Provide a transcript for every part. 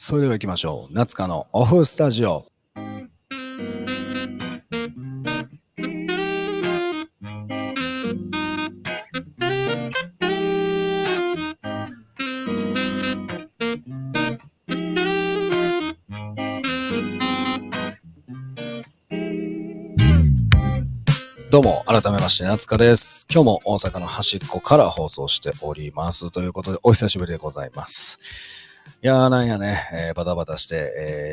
それでは行きましょう。夏香のオフスタジオ。どうも、改めまして、夏香です。今日も大阪の端っこから放送しております。ということで、お久しぶりでございます。いやーなんやね、バタバタして、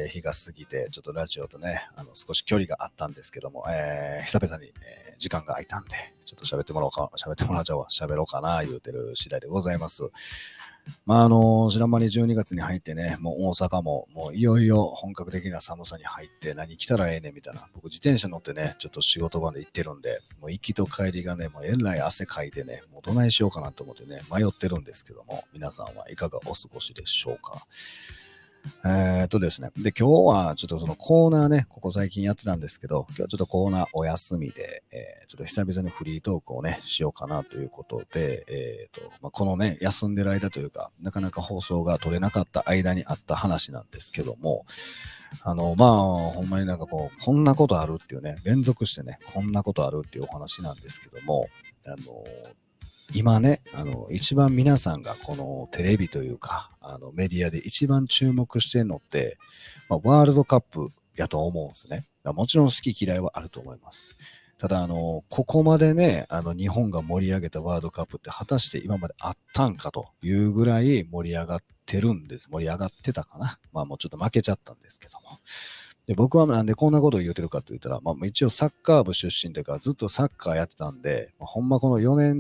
日が過ぎて、ちょっとラジオとね、少し距離があったんですけども、久々に、時間が空いたんで、ちょっと喋ろうかな、言うてる次第でございます。知らん間に12月に入ってね、もう大阪も、もういよいよ本格的な寒さに入って、何着たらええねんみたいな。僕自転車乗ってね、ちょっと仕事場で行ってるんで、もう行きと帰りがね、もうえらい汗かいてね、もうどないしようかなと思ってね、迷ってるんですけども、皆さんはいかがお過ごしでしょうか。ですね。で、今日はちょっとそのコーナーね、ここ最近やってたんですけど、今日はちょっとコーナーお休みで、ちょっと久々にフリートークをね、しようかなということで、このね、休んでる間というか、なかなか放送が取れなかった間にあった話なんですけども、ほんまになんかこんなことあるっていうね、連続してね、こんなことあるっていうお話なんですけども、今ね、一番皆さんがこのテレビというか、メディアで一番注目してるのって、ワールドカップやと思うんですね。もちろん好き嫌いはあると思います。ただ、ここまでね、日本が盛り上げたワールドカップって果たして今まであったんかというぐらい盛り上がってるんです。盛り上がってたかな。もうちょっと負けちゃったんですけども。で、僕はなんでこんなことを言うてるかって言ったら、一応サッカー部出身というか、ずっとサッカーやってたんで、ほんまこの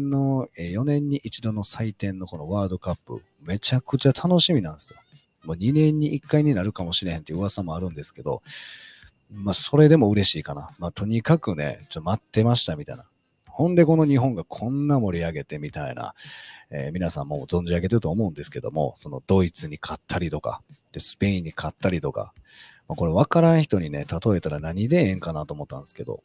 4年に一度の祭典のこのワールドカップ、めちゃくちゃ楽しみなんですよ。もう2年に1回になるかもしれへんっていう噂もあるんですけど、それでも嬉しいかな。とにかくね、待ってましたみたいな。ほんでこの日本がこんな盛り上げてみたいな、皆さんも存じ上げてると思うんですけども、そのドイツに勝ったりとか、でスペインに勝ったりとか、これ分からん人にね、例えたら何でええんかなと思ったんですけど、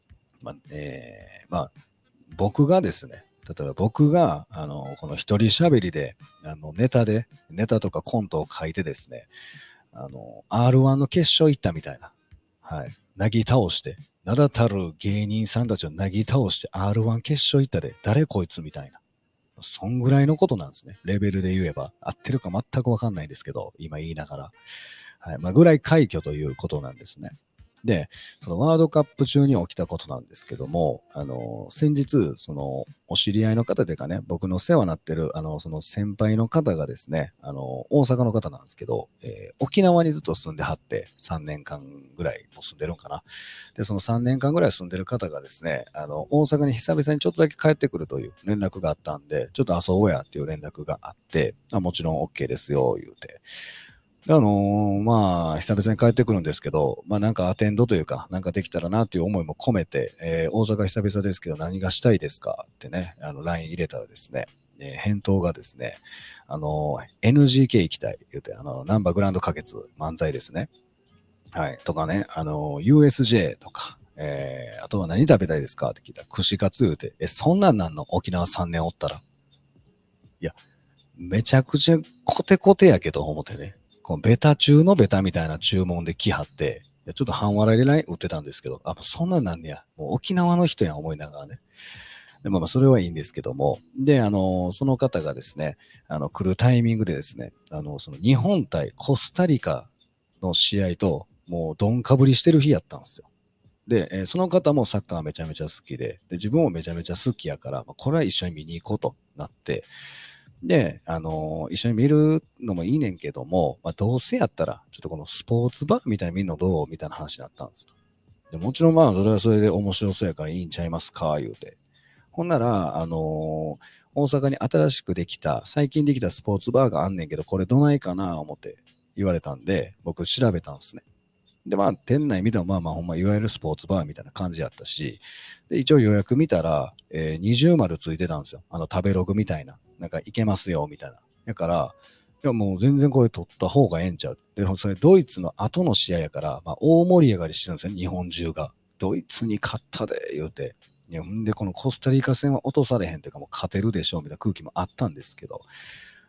僕がですね、例えば僕が、この一人喋りで、ネタとかコントを書いてですね、R1 の決勝行ったみたいな、はい、なぎ倒して、名だたる芸人さんたちをなぎ倒して R1 決勝行ったで、誰こいつみたいな。そんぐらいのことなんですね。レベルで言えば。合ってるか全くわかんないですけど、今言いながら。はい。ぐらい快挙ということなんですね。で、そのワールドカップ中に起きたことなんですけども、先日、お知り合いの方というかね、僕の世話になってる、その先輩の方がですね、大阪の方なんですけど、沖縄にずっと住んではって、3年間ぐらいも住んでるんかな。で、その3年間ぐらい住んでる方がですね、大阪に久々にちょっとだけ帰ってくるという連絡があったんで、ちょっと遊ぼうやっていう連絡があって、もちろん OK ですよ、言うて。で久々に帰ってくるんですけど、なんかアテンドというか、なんかできたらなっていう思いも込めて、大阪久々ですけど何がしたいですかってね、LINE 入れたらですね、返答がですね、NGK 行きたい言うて、ナンバーグランド花月漫才ですね。はい。とかね、USJ とか、あとは何食べたいですかって聞いたら、串カツ言うて、そんなんなんの沖縄3年おったら。いや、めちゃくちゃコテコテやけど思ってね。このベタ中のベタみたいな注文で来はって、ちょっと半笑いでライン売ってたんですけど、そんなんなんねや。もう沖縄の人やん思いながらね。でそれはいいんですけども。で、その方がですね、来るタイミングでですね、その日本対コスタリカの試合と、もうどんかぶりしてる日やったんですよ。で、その方もサッカーめちゃめちゃ好きで、自分もめちゃめちゃ好きやから、これは一緒に見に行こうとなって、で、一緒に見るのもいいねんけども、どうせやったら、ちょっとこのスポーツバーみたいに見るのどうみたいな話になったんですよ。でもちろんそれはそれで面白そうやからいいんちゃいますか言うて。ほんなら、大阪に新しくできた、最近できたスポーツバーがあんねんけど、これどないかな思って言われたんで、僕調べたんですね。で、店内見てもほんまいわゆるスポーツバーみたいな感じやったし、で、一応予約見たら、二重丸ついてたんですよ。食べログみたいな。なんか、いけますよ、みたいな。だから、いや、もう全然これ取った方がええんちゃう。で、それドイツの後の試合やから、大盛り上がりしてるんですよ、日本中が。ドイツに勝ったで、言うて。ほんで、このコスタリカ戦は落とされへんというか、もう勝てるでしょう、みたいな空気もあったんですけど、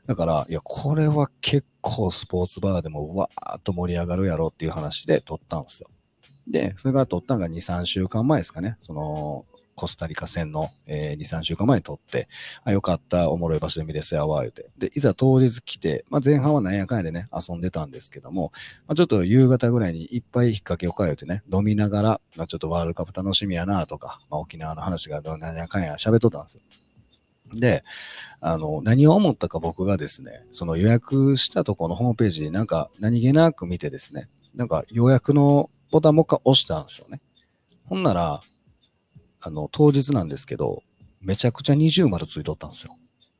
だから、いや、これは結構スポーツバーでもわーっと盛り上がるやろっていう話で撮ったんですよ。で、それが撮ったのが2、3週間前ですかね。その、コスタリカ戦の、2、3週間前に撮って、あ、よかった、おもろい場所で見れそうやわ、言うて。で、いざ当日来て、まあ、前半はなんやかんやでね、遊んでたんですけども、まあ、ちょっと夕方ぐらいにいっぱい引っ掛けようか、言うてね、飲みながら、まあ、ちょっとワールドカップ楽しみやなとか、まあ、沖縄の話がなんやかんや喋っとったんですよ。で、何を思ったか僕がですね、その予約したとこのホームページになんか何気なく見てですね、なんか予約のボタンもう一回押したんですよね。ほんなら、当日なんですけど、めちゃくちゃ二重丸ついとったんですよ。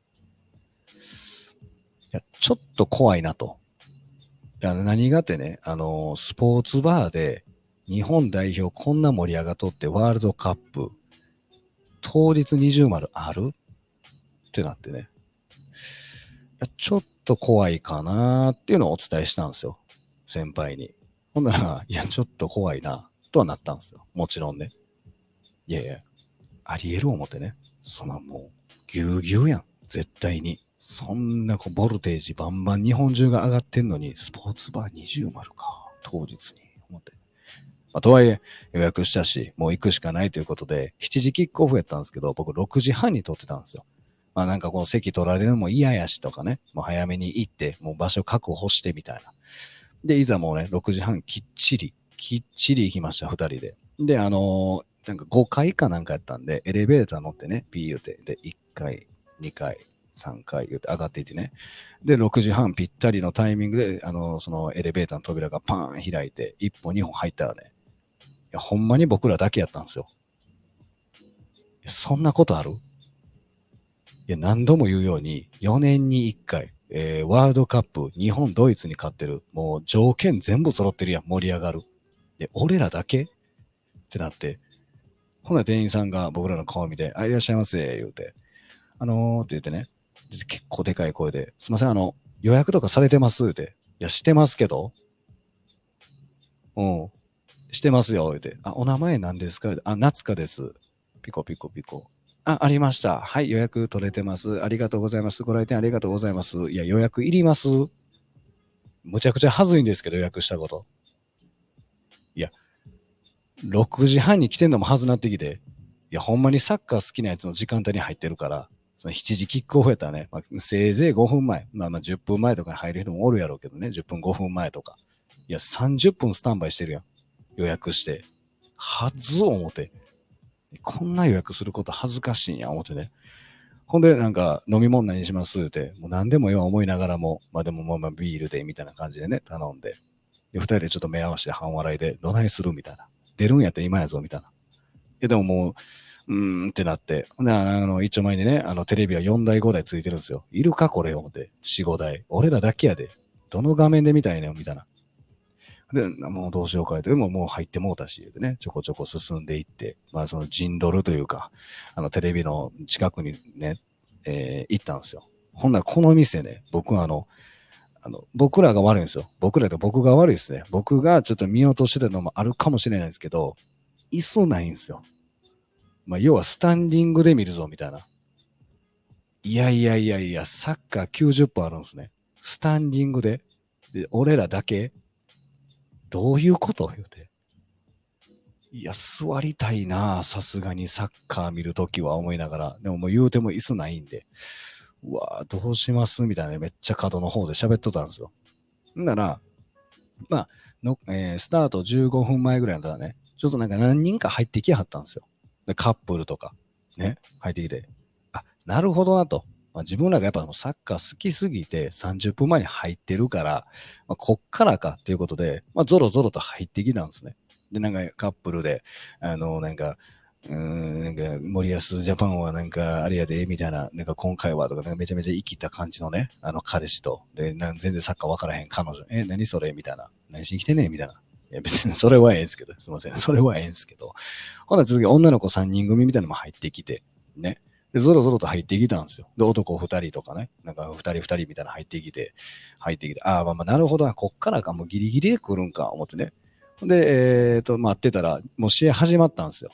いや、ちょっと怖いなと。いや、何がってね、スポーツバーで日本代表こんな盛り上がっとってワールドカップ、当日二重丸あるってなってね。いや、ちょっと怖いかなーっていうのをお伝えしたんですよ。先輩に。ほんなら、いや、ちょっと怖いな、とはなったんですよ。もちろんね。いやいや、あり得る思ってね。そんなもう、ぎゅうぎゅうやん。絶対に。そんなボルテージバンバン日本中が上がってんのに、スポーツバー20丸か。当日に。思って。まあ、とはいえ、予約したし、もう行くしかないということで、7時キックオフやったんですけど、僕6時半に撮ってたんですよ。まあなんかこの席取られるのも嫌やしとかね、もう早めに行って、もう場所確保してみたいな。で、いざもうね、6時半きっちり行きました、2人で。で、なんか5階かなんかやったんで、エレベーター乗ってね、ピー言うて、で、1階、2階、3階言うて上がっていってね。で、6時半ぴったりのタイミングで、そのエレベーターの扉がパーン開いて、1歩2歩入ったらね、いや、ほんまに僕らだけやったんですよ。いやそんなことある？いや、何度も言うように、4年に1回、ワールドカップ、日本、ドイツに勝ってる。もう条件全部揃ってるやん、盛り上がる。で、俺らだけってなって、ほな店員さんが僕らの顔見て、あ、いらっしゃいませ、言うて、って言ってね、結構でかい声で、すいません、予約とかされてますって、いや、してますけど、うん、してますよ、言うて、あ、お名前何ですか？あ、夏香です。ピコピコピコ。あ、ありました。はい、予約取れてます。ありがとうございます。ご来店ありがとうございます。いや、予約いります？むちゃくちゃ恥ずいんですけど、予約したこと。いや、6時半に来てんのもはずなってきて、いや、ほんまにサッカー好きなやつの時間帯に入ってるから、その7時キックオフやったらね、まあ、せいぜい5分前、まあ10分前とかに入る人もおるやろうけどね、10分5分前とか。いや、30分スタンバイしてるやん。予約して。はず思って。こんな予約すること恥ずかしいんや、思ってね。ほんで、なんか、飲み物何しますって、もう何でも今思いながらも、まあでもまあビールで、みたいな感じでね、頼んで。で、二人でちょっと目合わせて半笑いで、どないするみたいな。出るんやったら今やぞ、みたいな。でももう、ってなって。で、一丁前にね、テレビは4台5台ついてるんですよ。いるかこれを思って。4、5台。俺らだけやで。どの画面で見たいねんみたいな。で、もうどうしようかって、でももう入ってもうたし、でね、ちょこちょこ進んでいって、まあその陣取るというか、テレビの近くにね、行ったんですよ。ほんならこの店ね、僕は僕らが悪いんですよ。僕らと僕が悪いですね。僕がちょっと見落としてたのもあるかもしれないですけど、椅子ないんですよ。まあ要はスタンディングで見るぞみたいな。いやいやいやいや、サッカー90分あるんですね。スタンディングで。で、俺らだけどういうこと言うて。いや、座りたいなさすがにサッカー見るときは思いながら。でももう言うても椅子ないんで。うわどうしますみたいなめっちゃ角の方で喋っとったんですよ。んなら、まあ、スタート15分前ぐらいだったらね、ちょっとなんか何人か入ってきはったんですよ。でカップルとか、ね、入ってきて。あ、なるほどなと。まあ、自分らがやっぱサッカー好きすぎて30分前に入ってるから、まあ、こっからかっていうことで、まあ、ゾロゾロと入ってきたんですね。で、なんかカップルで、なんか、なんか、森保ジャパンはなんか、あれやで、みたいな、なんか今回はとか、めちゃめちゃ生きた感じのね、彼氏と、で、全然サッカーわからへん彼女、何それみたいな。何しに来てんねんみたいな。いや、別にそれはええんすけど、すいません。それはええんすけど。ほな次、女の子3人組みたいなのも入ってきて、ね。で、ゾロゾロと入ってきたんですよ。で、男2人とかね、なんか2人みたいなの入ってきて、ああ、まあまあ、なるほどな、こっからか、もうギリギリで来るんか、思ってね。で、待ってたら、もう試合始まったんですよ。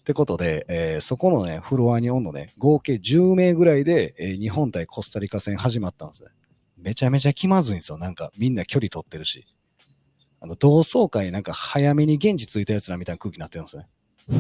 ってことで、そこのね、フロアにおんのね、合計10名ぐらいで、日本対コスタリカ戦始まったんですね。めちゃめちゃ気まずいんですよ。なんかみんな距離取ってるし。同窓会なんか早めに現地着いたやつらみたいな空気になってるんですね。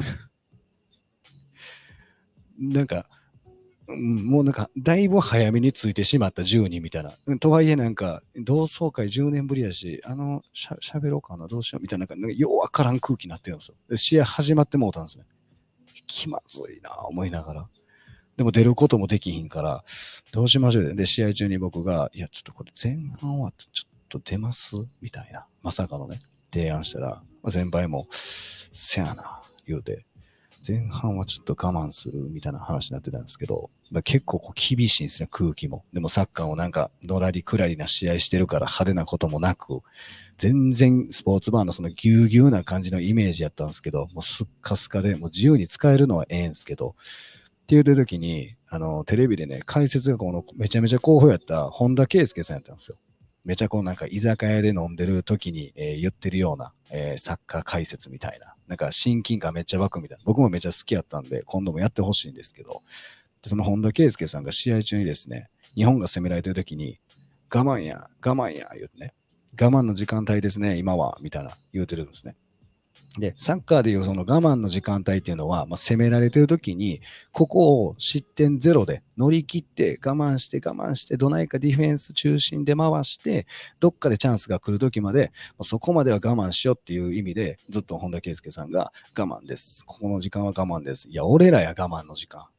なんか、もうなんか、だいぶ早めに着いてしまった10人みたいな。とはいえなんか、同窓会10年ぶりやし、喋ろうかな、どうしようみたいな、なんかようわからん空気になってるんですよ。で試合始まってもうたんですね。気まずいな思いながら。でも出ることもできひんから、どうしましょうで、試合中に僕が、いや、ちょっとこれ前半はちょっと出ますみたいな。まさかのね、提案したら、先輩も、せやな、言うて、前半はちょっと我慢するみたいな話になってたんですけど、結構こう厳しいんですね、空気も。でもサッカーもなんか、のらりくらりな試合してるから派手なこともなく、全然スポーツバーのそのギュうギュうな感じのイメージやったんですけど、もうスッカスカで、もう自由に使えるのはええんすけど、って言う時に、テレビでね、解説がこのめちゃめちゃ好評やった本田圭佑さんやったんですよ。めちゃこうなんか居酒屋で飲んでる時に、言ってるような、サッカー解説みたいな。なんか親近感めっちゃ湧くみたいな。僕もめっちゃ好きやったんで、今度もやってほしいんですけど、その本田圭佑さんが試合中にですね、日本が攻められてる時に、我慢や、我慢や、言うてね、我慢の時間帯ですね、今は、みたいな言うてるんですね。で、サッカーでいうその我慢の時間帯っていうのは、攻められてる時に、ここを失点ゼロで乗り切って我慢して我慢して、どないかディフェンス中心で回して、どっかでチャンスが来る時まで、そこまでは我慢しようっていう意味で、ずっと本田圭佑さんが我慢です。ここの時間は我慢です。いや、俺らや我慢の時間。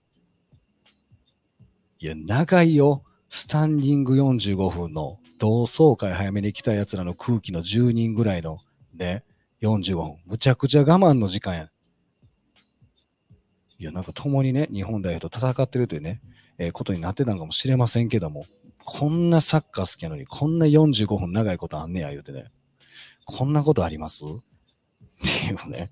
いや、長いよ。スタンディング45分の同窓会早めに来た奴らの空気の10人ぐらいのね、45分。むちゃくちゃ我慢の時間や。いや、なんか共にね、日本代表と戦ってるというね、ことになってたのかもしれませんけども、こんなサッカー好きなのに、こんな45分長いことあんねや、言うてね。こんなことありますっていうね。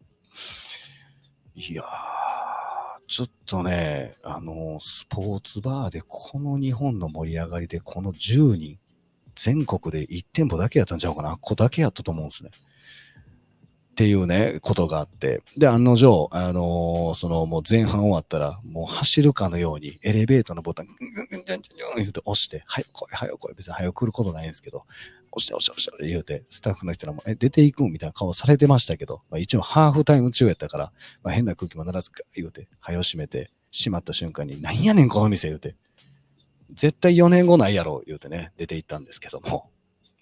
いやー、ちょっとね、スポーツバーでこの日本の盛り上がりでこの10人、全国で1店舗だけやったんちゃうかな。ここだけやったと思うんですね。っていうね、ことがあって。で、案の定、そのもう前半終わったら、もう走るかのようにエレベーターのボタン、言うて押して、早く来い、早く来い。別に早く来ることないんですけど、押して、押して、押して、言うて、スタッフの人らも、出ていくんみたいな顔されてましたけど、一応ハーフタイム中やったから、変な空気もならずか、言うて、早を閉めて、閉まった瞬間に、なんやねん、この店、言うて。絶対4年後ないやろ、言うてね、出て行ったんですけども。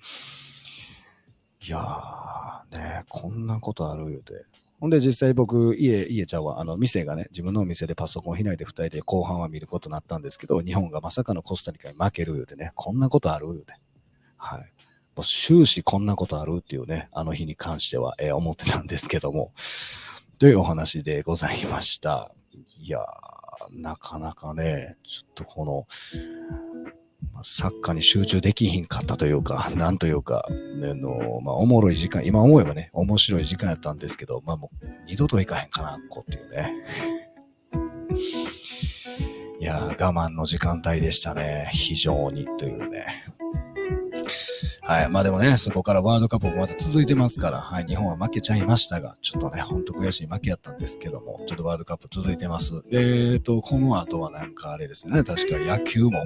いやー、ね、こんなことある言うて。ほんで実際僕、家ちゃうわ、店がね、自分のお店でパソコン開いて2人で後半は見ることになったんですけど、日本がまさかのコスタリカに負ける言うてね、こんなことある言うて。はい。もう終始こんなことあるっていうね、あの日に関しては、思ってたんですけども、というお話でございました。いやー、なかなかね、ちょっとこの、サッカーに集中できひんかったというか、なんというか、おもろい時間、今思えばね、面白い時間やったんですけど、もう二度と行かへんかな、こうっていうね。いやー、我慢の時間帯でしたね。非常にというね。はい。でもね、そこからワールドカップもまた続いてますから、はい。日本は負けちゃいましたが、ちょっとね、ほんと悔しい負けやったんですけども、ちょっとワールドカップ続いてます。この後はなんかあれですね、確か野球もあって、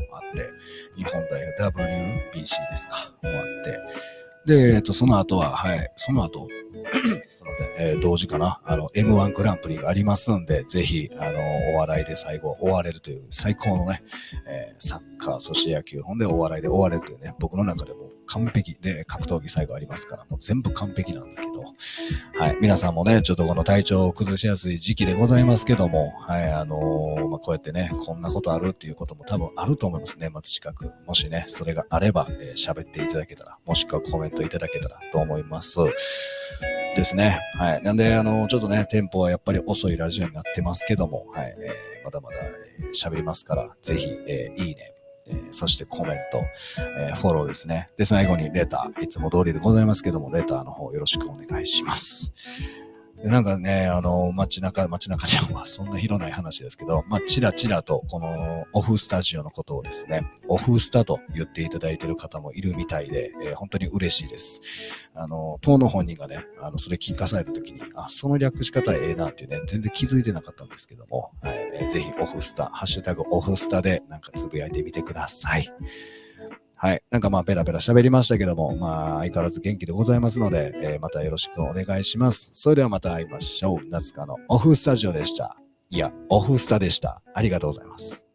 日本代表 WBC ですか、終わって、で、その後は、はい、その後、すいません、同時かな、M1 グランプリがありますんで、ぜひ、お笑いで最後終われるという最高のね、サッカー、そして野球、ほんでお笑いで終われるというね、僕の中でも完璧で、格闘技最後ありますから、もう全部完璧なんですけど、はい、皆さんもね、ちょっとこの体調を崩しやすい時期でございますけども、はい、こうやってね、こんなことあるっていうことも多分あると思います。年末近く。もしね、それがあれば、喋っていただけたら、もしくはコメントいただけたらと思います。ですね。はい。なんで、ちょっとね、テンポはやっぱり遅いラジオになってますけども、はい。まだまだ喋りますから、ぜひ、いいね。そしてコメント、フォローですね。で、最後にレター、いつも通りでございますけども、レターの方よろしくお願いします。 なんかね、街中ちゃんはそんな広ない話ですけど、まあ、ちらちらと、このオフスタジオのことをですね、オフスタと言っていただいている方もいるみたいで、本当に嬉しいです。当の本人がね、それ聞かされた時に、あ、その略し方ええなっていうね、全然気づいてなかったんですけども、はい、ぜひオフスタ、ハッシュタグオフスタでなんかつぶやいてみてください。はい。なんかまあ、ペラペラ喋りましたけども、まあ、相変わらず元気でございますので、またよろしくお願いします。それではまた会いましょう。夏香のオフスタジオでした。いや、オフスタでした。ありがとうございます。